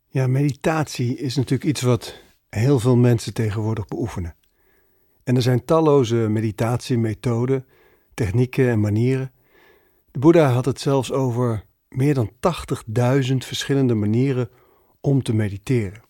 Ja, meditatie is natuurlijk iets wat heel veel mensen tegenwoordig beoefenen. En er zijn talloze meditatiemethoden, technieken en manieren. De Boeddha had het zelfs over meer dan 80.000 verschillende manieren om te mediteren.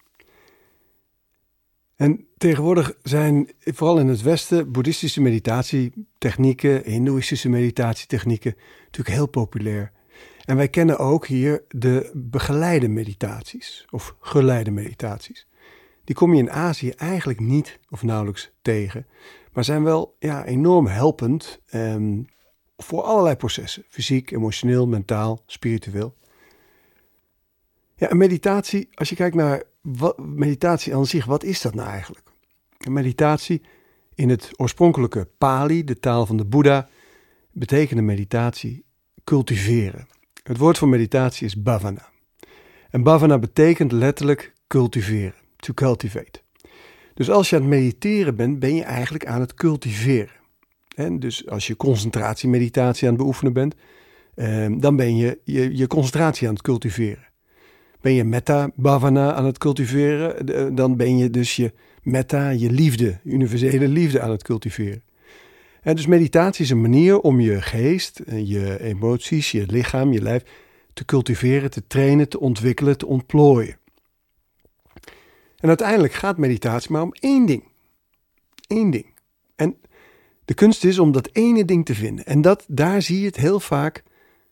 En tegenwoordig zijn vooral in het Westen boeddhistische meditatietechnieken, hindoeïstische meditatietechnieken natuurlijk heel populair. En wij kennen ook hier de begeleide meditaties of geleide meditaties. Die kom je in Azië eigenlijk niet of nauwelijks tegen, maar zijn wel enorm helpend voor allerlei processen. Fysiek, emotioneel, mentaal, spiritueel. Ja, een meditatie, als je kijkt naar meditatie aan zich, wat is dat nou eigenlijk? Een meditatie in het oorspronkelijke Pali, de taal van de Boeddha, betekende meditatie cultiveren. Het woord voor meditatie is bhavana. En bhavana betekent letterlijk cultiveren, to cultivate. Dus als je aan het mediteren bent, ben je eigenlijk aan het cultiveren. En dus als je concentratiemeditatie aan het beoefenen bent, dan ben je concentratie aan het cultiveren. Ben je metta bhavana aan het cultiveren, dan ben je dus je metta, je liefde, universele liefde aan het cultiveren. En dus meditatie is een manier om je geest, je emoties, je lichaam, je lijf te cultiveren, te trainen, te ontwikkelen, te ontplooien. En uiteindelijk gaat meditatie maar om één ding. Eén ding. En de kunst is om dat ene ding te vinden. En daar zie je het heel vaak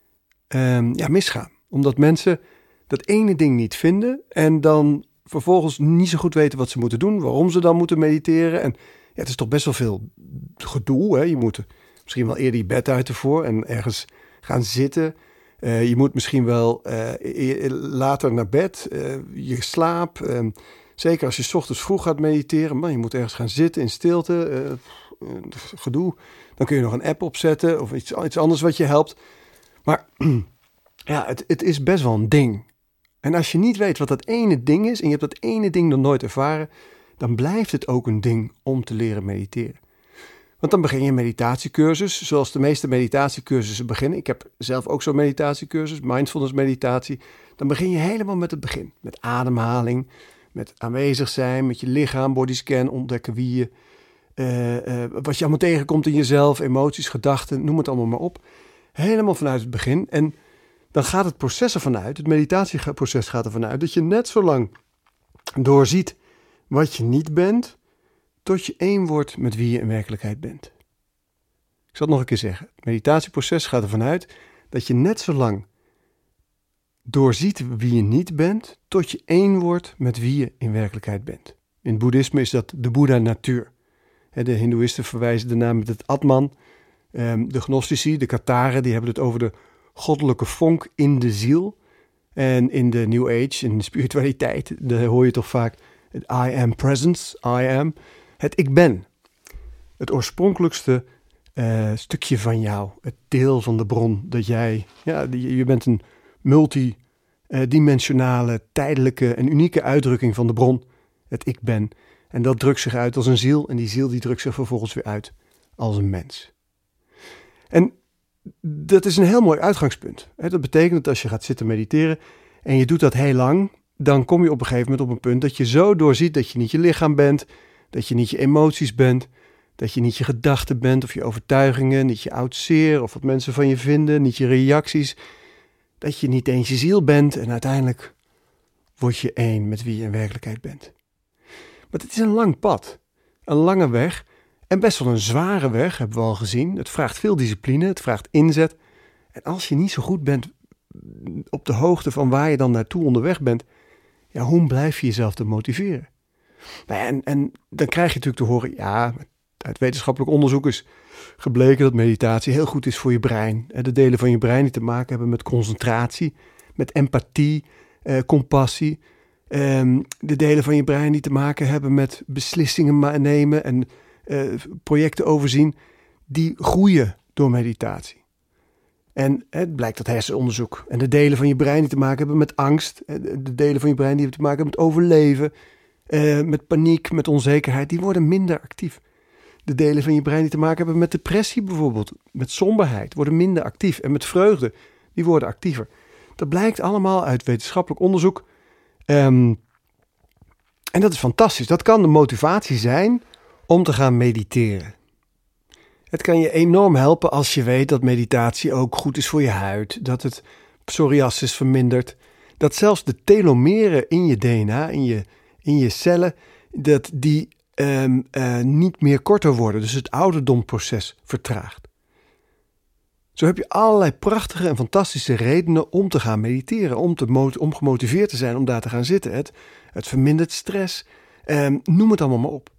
misgaan. Omdat mensen dat ene ding niet vinden en dan vervolgens niet zo goed weten wat ze moeten doen, waarom ze dan moeten mediteren. En ja, het is toch best wel veel gedoe. Hè? Je moet misschien wel eerder je bed uit ervoor en ergens gaan zitten. Je moet misschien wel later naar bed, je slaap. Zeker als je 's ochtends vroeg gaat mediteren, maar je moet ergens gaan zitten in stilte. Gedoe. Dan kun je nog een app opzetten of iets anders wat je helpt. Maar ja, het is best wel een ding. En als je niet weet wat dat ene ding is en je hebt dat ene ding nog nooit ervaren, dan blijft het ook een ding om te leren mediteren. Want dan begin je een meditatiecursus, zoals de meeste meditatiecursussen beginnen. Ik heb zelf ook zo'n meditatiecursus, mindfulness meditatie. Dan begin je helemaal met het begin. Met ademhaling, met aanwezig zijn, met je lichaam, bodyscan, ontdekken wie je, wat je allemaal tegenkomt in jezelf, emoties, gedachten, noem het allemaal maar op. Helemaal vanuit het begin. En dan gaat het proces ervan uit, het meditatieproces gaat ervan uit, dat je net zo lang doorziet wat je niet bent, tot je één wordt met wie je in werkelijkheid bent. Ik zal het nog een keer zeggen. Het meditatieproces gaat ervan uit dat je net zo lang doorziet wie je niet bent, tot je één wordt met wie je in werkelijkheid bent. In het boeddhisme is dat de Boeddha-natuur. De hindoeïsten verwijzen daarna met het Atman. De gnostici, de Katharen, die hebben het over de goddelijke vonk in de ziel. En in de New Age, in de spiritualiteit, daar hoor je toch vaak het I am presence, I am. Het ik ben. Het oorspronkelijkste stukje van jou. Het deel van de bron dat jij, je bent een multidimensionale, tijdelijke en unieke uitdrukking van de bron. Het ik ben. En dat drukt zich uit als een ziel en die ziel die drukt zich vervolgens weer uit als een mens. En dat is een heel mooi uitgangspunt. Dat betekent dat als je gaat zitten mediteren en je doet dat heel lang, dan kom je op een gegeven moment op een punt dat je zo doorziet dat je niet je lichaam bent, dat je niet je emoties bent, dat je niet je gedachten bent of je overtuigingen, niet je oud zeer of wat mensen van je vinden, niet je reacties, dat je niet eens je ziel bent en uiteindelijk word je één met wie je in werkelijkheid bent. Maar het is een lang pad, een lange weg en best wel een zware weg, hebben we al gezien. Het vraagt veel discipline, het vraagt inzet. En als je niet zo goed bent op de hoogte van waar je dan naartoe onderweg bent, ja, hoe blijf je jezelf te motiveren? En dan krijg je natuurlijk te horen, ja, uit wetenschappelijk onderzoek is gebleken dat meditatie heel goed is voor je brein. De delen van je brein die te maken hebben met concentratie, met empathie, compassie. De delen van je brein die te maken hebben met beslissingen nemen en projecten overzien, die groeien door meditatie. En het blijkt uit hersenonderzoek. En de delen van je brein die te maken hebben met angst, de delen van je brein die te maken hebben met overleven, met paniek, met onzekerheid, die worden minder actief. De delen van je brein die te maken hebben met depressie bijvoorbeeld, met somberheid, worden minder actief. En met vreugde, die worden actiever. Dat blijkt allemaal uit wetenschappelijk onderzoek. En dat is fantastisch. Dat kan de motivatie zijn om te gaan mediteren. Het kan je enorm helpen als je weet dat meditatie ook goed is voor je huid. Dat het psoriasis vermindert. Dat zelfs de telomeren in je DNA, in je cellen, dat die niet meer korter worden. Dus het ouderdomproces vertraagt. Zo heb je allerlei prachtige en fantastische redenen om te gaan mediteren. Om gemotiveerd te zijn om daar te gaan zitten. Het vermindert stress. Noem het allemaal maar op.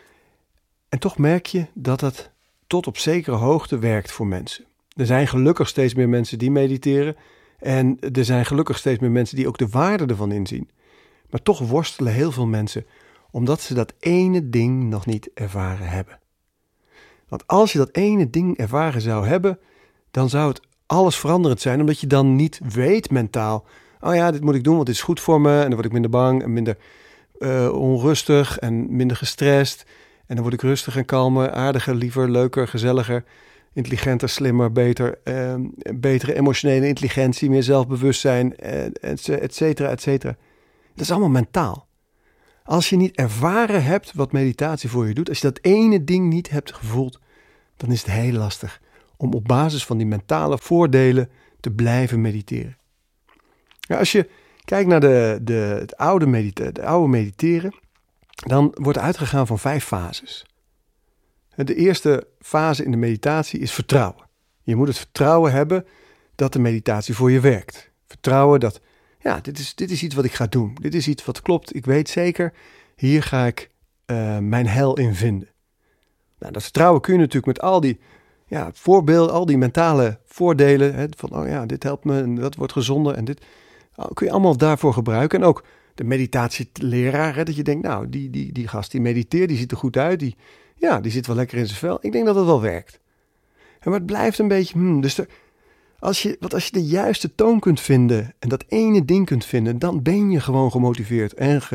En toch merk je dat het tot op zekere hoogte werkt voor mensen. Er zijn gelukkig steeds meer mensen die mediteren. En er zijn gelukkig steeds meer mensen die ook de waarde ervan inzien. Maar toch worstelen heel veel mensen omdat ze dat ene ding nog niet ervaren hebben. Want als je dat ene ding ervaren zou hebben, dan zou het alles veranderend zijn. Omdat je dan niet weet mentaal, oh ja, dit moet ik doen, want dit is goed voor me. En dan word ik minder bang en minder onrustig en minder gestrest. En dan word ik rustig en kalmer, aardiger, liever, leuker, gezelliger, intelligenter, slimmer, beter, betere emotionele intelligentie, meer zelfbewustzijn, et cetera, et cetera. Dat is allemaal mentaal. Als je niet ervaren hebt wat meditatie voor je doet, als je dat ene ding niet hebt gevoeld, dan is het heel lastig om op basis van die mentale voordelen te blijven mediteren. Ja, als je kijkt naar het oude mediteren, dan wordt uitgegaan van 5 fases. De eerste fase in de meditatie is vertrouwen. Je moet het vertrouwen hebben dat de meditatie voor je werkt. Vertrouwen dat, ja, dit is iets wat ik ga doen. Dit is iets wat klopt. Ik weet zeker, hier ga ik mijn heil in vinden. Nou, dat vertrouwen kun je natuurlijk met al die voorbeelden, al die mentale voordelen. Van, oh ja, dit helpt me en dat wordt gezonder. En dit kun je allemaal daarvoor gebruiken. En ook de meditatieleraar, dat je denkt, nou, die gast die mediteert, die ziet er goed uit. Die zit wel lekker in zijn vel. Ik denk dat het wel werkt. Maar het blijft een beetje, dus als je de juiste toon kunt vinden en dat ene ding kunt vinden, dan ben je gewoon gemotiveerd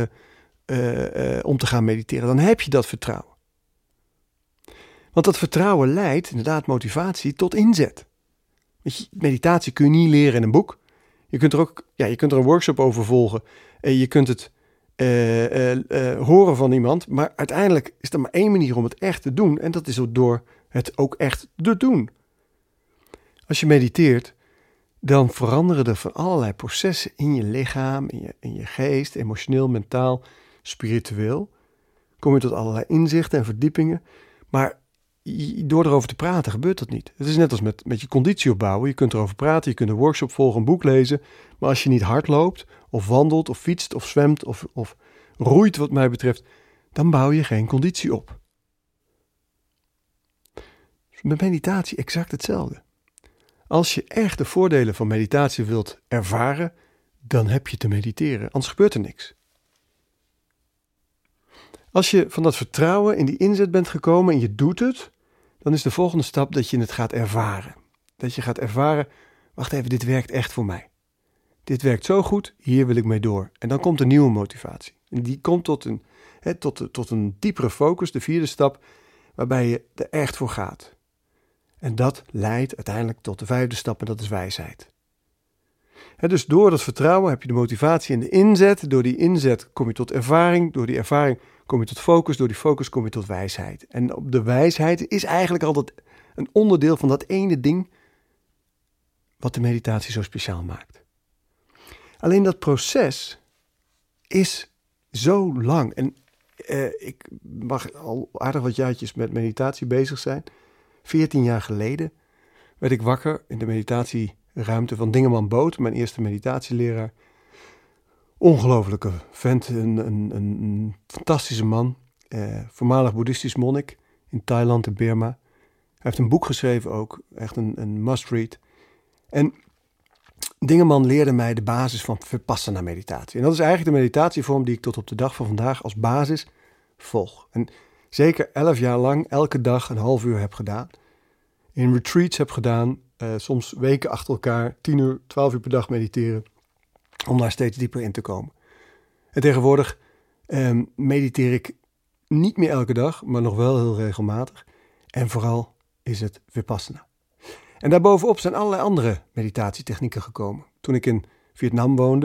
om te gaan mediteren. Dan heb je dat vertrouwen. Want dat vertrouwen leidt, inderdaad, motivatie tot inzet. Weet je, meditatie kun je niet leren in een boek. Je kunt er een workshop over volgen. En je kunt het horen van iemand. Maar uiteindelijk is er maar één manier om het echt te doen. En dat is door het ook echt te doen. Als je mediteert, dan veranderen er van allerlei processen in je lichaam, in je geest, emotioneel, mentaal, spiritueel. Kom je tot allerlei inzichten en verdiepingen. Maar door erover te praten gebeurt dat niet. Het is net als met je conditie opbouwen. Je kunt erover praten, je kunt een workshop volgen, een boek lezen. Maar als je niet hard loopt, of wandelt, of fietst, of zwemt, of roeit wat mij betreft, dan bouw je geen conditie op. Met meditatie exact hetzelfde. Als je echt de voordelen van meditatie wilt ervaren, dan heb je te mediteren, anders gebeurt er niks. Als je van dat vertrouwen in die inzet bent gekomen en je doet het, dan is de volgende stap dat je het gaat ervaren. Dat je gaat ervaren, wacht even, dit werkt echt voor mij. Dit werkt zo goed, hier wil ik mee door. En dan komt een nieuwe motivatie. En die komt tot een diepere focus, de 4e stap, waarbij je er echt voor gaat. En dat leidt uiteindelijk tot de 5e stap en dat is wijsheid. Dus door dat vertrouwen heb je de motivatie en de inzet. Door die inzet kom je tot ervaring. Door die ervaring kom je tot focus. Door die focus kom je tot wijsheid. En op de wijsheid is eigenlijk altijd een onderdeel van dat ene ding wat de meditatie zo speciaal maakt. Alleen dat proces is zo lang. En ik mag al aardig wat jaartjes met meditatie bezig zijn. 14 jaar geleden werd ik wakker in de meditatieruimte van Dingeman Boot, mijn eerste meditatieleraar. Ongelofelijke vent, een fantastische man, voormalig boeddhistisch monnik in Thailand en Burma. Hij heeft een boek geschreven ook, echt een must-read. En Dingeman leerde mij de basis van Vipassana meditatie. En dat is eigenlijk de meditatievorm die ik tot op de dag van vandaag als basis volg. En zeker 11 jaar lang elke dag een half uur heb gedaan. In retreats heb gedaan, soms weken achter elkaar, 10 uur, 12 uur per dag mediteren. Om daar steeds dieper in te komen. En tegenwoordig mediteer ik niet meer elke dag, maar nog wel heel regelmatig. En vooral is het Vipassana. En daarbovenop zijn allerlei andere meditatietechnieken gekomen. Toen ik in Vietnam woonde,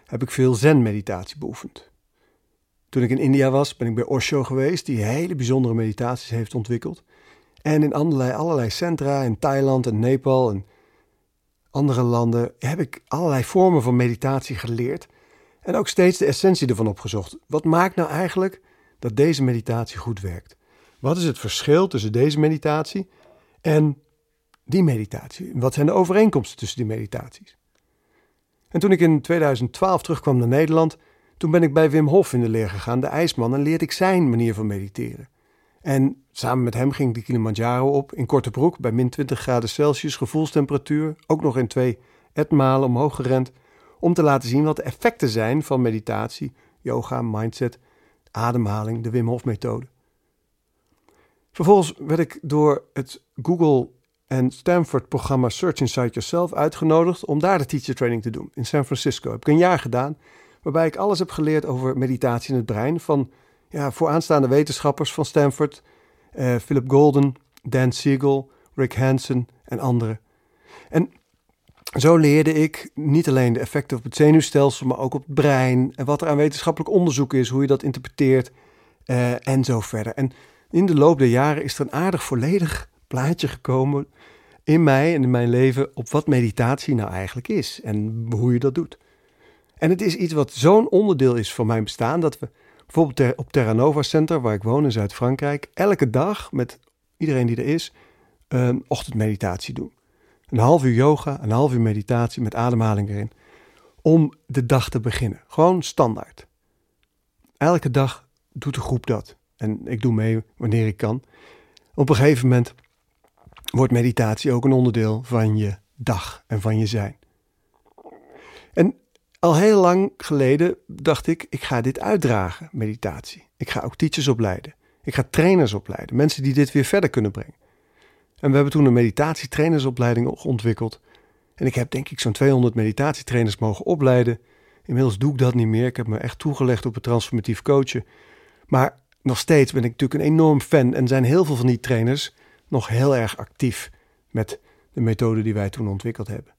heb ik veel zen-meditatie beoefend. Toen ik in India was, ben ik bij Osho geweest, die hele bijzondere meditaties heeft ontwikkeld. En in allerlei centra in Thailand en Nepal en andere landen heb ik allerlei vormen van meditatie geleerd. En ook steeds de essentie ervan opgezocht. Wat maakt nou eigenlijk dat deze meditatie goed werkt? Wat is het verschil tussen deze meditatie en die meditatie? Wat zijn de overeenkomsten tussen die meditaties? En toen ik in 2012 terugkwam naar Nederland, toen ben ik bij Wim Hof in de leer gegaan, de ijsman, en leerde ik zijn manier van mediteren. En samen met hem ging ik de Kilimanjaro op in korte broek bij min 20 graden Celsius gevoelstemperatuur, ook nog in 2 etmalen omhoog gerend, om te laten zien wat de effecten zijn van meditatie, yoga, mindset, ademhaling, de Wim Hof methode. Vervolgens werd ik door het Google en Stanford programma Search Inside Yourself uitgenodigd om daar de teacher training te doen in San Francisco. Heb ik een jaar gedaan, waarbij ik alles heb geleerd over meditatie in het brein van vooraanstaande wetenschappers van Stanford, Philip Golden, Dan Siegel, Rick Hansen en anderen. En zo leerde ik niet alleen de effecten op het zenuwstelsel, maar ook op het brein en wat er aan wetenschappelijk onderzoek is, hoe je dat interpreteert en zo verder. En in de loop der jaren is er een aardig volledig plaatje gekomen in mij en in mijn leven op wat meditatie nou eigenlijk is en hoe je dat doet. En het is iets wat zo'n onderdeel is van mijn bestaan dat we bijvoorbeeld op Terra Nova Center, waar ik woon in Zuid-Frankrijk, elke dag met iedereen die er is, ochtendmeditatie doen. Een half uur yoga, een half uur meditatie met ademhaling erin. Om de dag te beginnen. Gewoon standaard. Elke dag doet de groep dat. En ik doe mee wanneer ik kan. Op een gegeven moment wordt meditatie ook een onderdeel van je dag en van je zijn. En al heel lang geleden dacht ik ga dit uitdragen, meditatie. Ik ga ook teachers opleiden. Ik ga trainers opleiden. Mensen die dit weer verder kunnen brengen. En we hebben toen een meditatietrainersopleiding ontwikkeld. En ik heb denk ik zo'n 200 meditatietrainers mogen opleiden. Inmiddels doe ik dat niet meer. Ik heb me echt toegelegd op het transformatief coachen. Maar nog steeds ben ik natuurlijk een enorm fan. En zijn heel veel van die trainers nog heel erg actief met de methode die wij toen ontwikkeld hebben.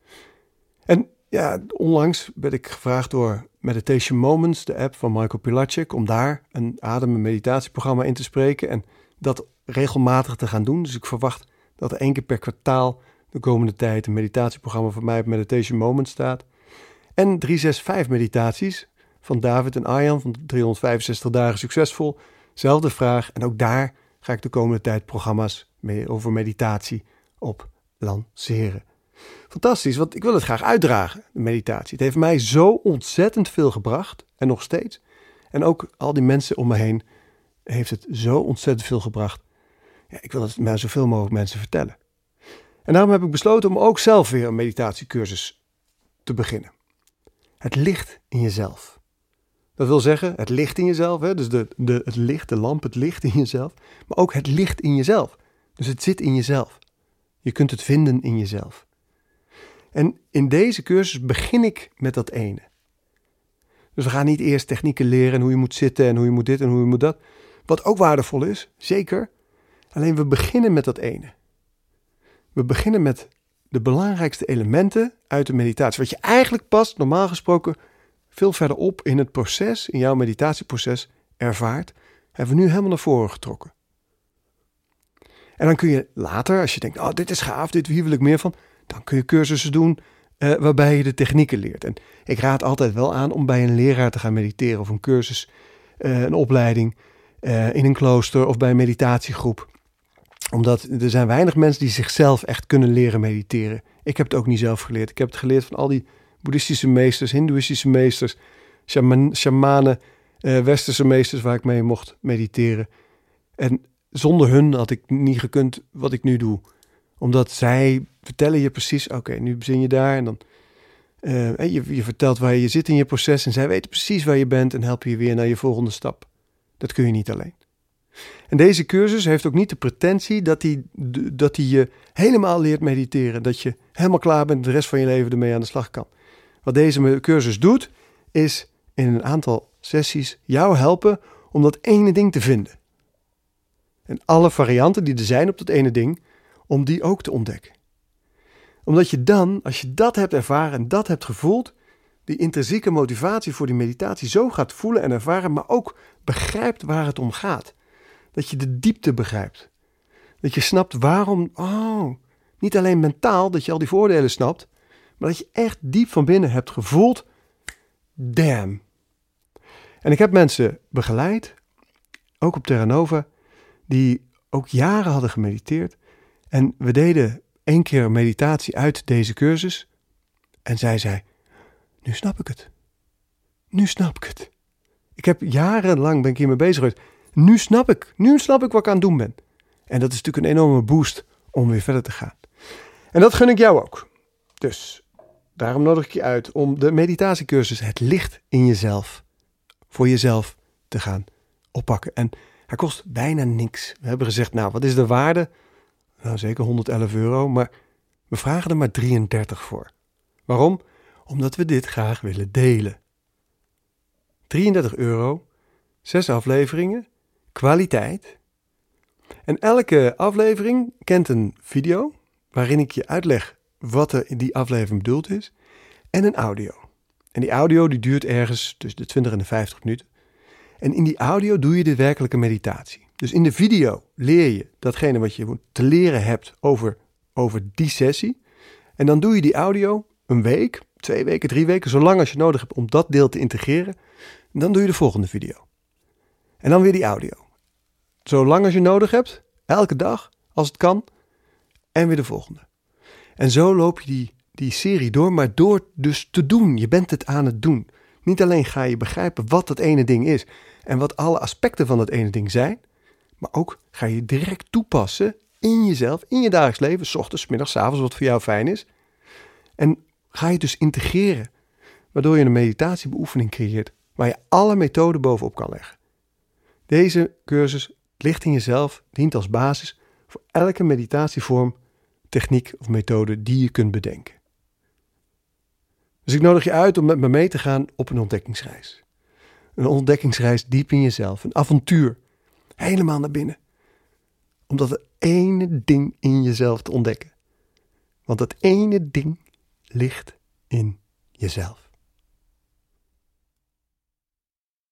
En ja, onlangs werd ik gevraagd door Meditation Moments, de app van Michael Pilatschik, om daar een adem- en meditatieprogramma in te spreken en dat regelmatig te gaan doen. Dus ik verwacht dat er 1 keer per kwartaal de komende tijd een meditatieprogramma van mij op Meditation Moments staat. En 365 meditaties van David en Arjan van 365 dagen succesvol. Zelfde vraag en ook daar ga ik de komende tijd programma's over meditatie op lanceren. Fantastisch, want ik wil het graag uitdragen, de meditatie. Het heeft mij zo ontzettend veel gebracht en nog steeds. En ook al die mensen om me heen heeft het zo ontzettend veel gebracht. Ja, ik wil het met zoveel mogelijk mensen vertellen. En daarom heb ik besloten om ook zelf weer een meditatiecursus te beginnen. Het licht in jezelf. Dat wil zeggen, het licht in jezelf, hè? Dus het licht, de lamp, het licht in jezelf. Maar ook het licht in jezelf. Dus het zit in jezelf. Je kunt het vinden in jezelf. En in deze cursus begin ik met dat ene. Dus we gaan niet eerst technieken leren en hoe je moet zitten en hoe je moet dit en hoe je moet dat. Wat ook waardevol is, zeker. Alleen we beginnen met dat ene. We beginnen met de belangrijkste elementen uit de meditatie. Wat je eigenlijk pas, normaal gesproken, veel verderop in het proces, in jouw meditatieproces, ervaart, hebben we nu helemaal naar voren getrokken. En dan kun je later, als je denkt, oh, dit is gaaf, hier wil ik meer van, dan kun je cursussen doen waarbij je de technieken leert. En ik raad altijd wel aan om bij een leraar te gaan mediteren of een cursus, een opleiding in een klooster of bij een meditatiegroep. Omdat er zijn weinig mensen die zichzelf echt kunnen leren mediteren. Ik heb het ook niet zelf geleerd. Ik heb het geleerd van al die boeddhistische meesters, hindoeïstische meesters, shamanen, westerse meesters waar ik mee mocht mediteren. En zonder hun had ik niet gekund wat ik nu doe. Omdat zij vertellen je precies, oké, nu begin je daar en dan je vertelt waar je zit in je proces en zij weten precies waar je bent en helpen je weer naar je volgende stap. Dat kun je niet alleen. En deze cursus heeft ook niet de pretentie dat hij je helemaal leert mediteren. Dat je helemaal klaar bent en de rest van je leven ermee aan de slag kan. Wat deze cursus doet, is in een aantal sessies jou helpen om dat ene ding te vinden. En alle varianten die er zijn op dat ene ding, om die ook te ontdekken. Omdat je dan, als je dat hebt ervaren en dat hebt gevoeld, die intrinsieke motivatie voor die meditatie zo gaat voelen en ervaren, maar ook begrijpt waar het om gaat. Dat je de diepte begrijpt. Dat je snapt waarom, niet alleen mentaal, dat je al die voordelen snapt, maar dat je echt diep van binnen hebt gevoeld, damn. En ik heb mensen begeleid, ook op Terra Nova, die ook jaren hadden gemediteerd. En we deden 1 keer een meditatie uit deze cursus. En zij zei, nu snap ik het. Nu snap ik het. Ik heb jarenlang ben ik hiermee bezig geweest. Nu snap ik wat ik aan het doen ben. En dat is natuurlijk een enorme boost om weer verder te gaan. En dat gun ik jou ook. Dus daarom nodig ik je uit om de meditatiecursus Het Licht in Jezelf voor jezelf te gaan oppakken. En hij kost bijna niks. We hebben gezegd, wat is de waarde? Nou, zeker €111, maar we vragen er maar 33 voor. Waarom? Omdat we dit graag willen delen. €33, 6 afleveringen, kwaliteit. En elke aflevering kent een video waarin ik je uitleg wat er in die aflevering bedoeld is. En een audio. En die audio die duurt ergens tussen de 20 en de 50 minuten. En in die audio doe je de werkelijke meditatie. Dus in de video leer je datgene wat je te leren hebt over die sessie. En dan doe je die audio 1 week, 2 weken, 3 weken, zolang als je nodig hebt om dat deel te integreren. En dan doe je de volgende video. En dan weer die audio. Zolang als je nodig hebt, elke dag, als het kan. En weer de volgende. En zo loop je die serie door, maar door dus te doen. Je bent het aan het doen. Niet alleen ga je begrijpen wat dat ene ding is en wat alle aspecten van dat ene ding zijn, maar ook ga je direct toepassen in jezelf, in je dagelijks leven, 's ochtends, 's middags, 's avonds, wat voor jou fijn is. En ga je dus integreren, waardoor je een meditatiebeoefening creëert waar je alle methoden bovenop kan leggen. Deze cursus Licht in Jezelf dient als basis voor elke meditatievorm, techniek of methode die je kunt bedenken. Dus ik nodig je uit om met me mee te gaan op een ontdekkingsreis. Een ontdekkingsreis diep in jezelf, een avontuur, helemaal naar binnen. Om dat ene ding in jezelf te ontdekken. Want dat ene ding ligt in jezelf.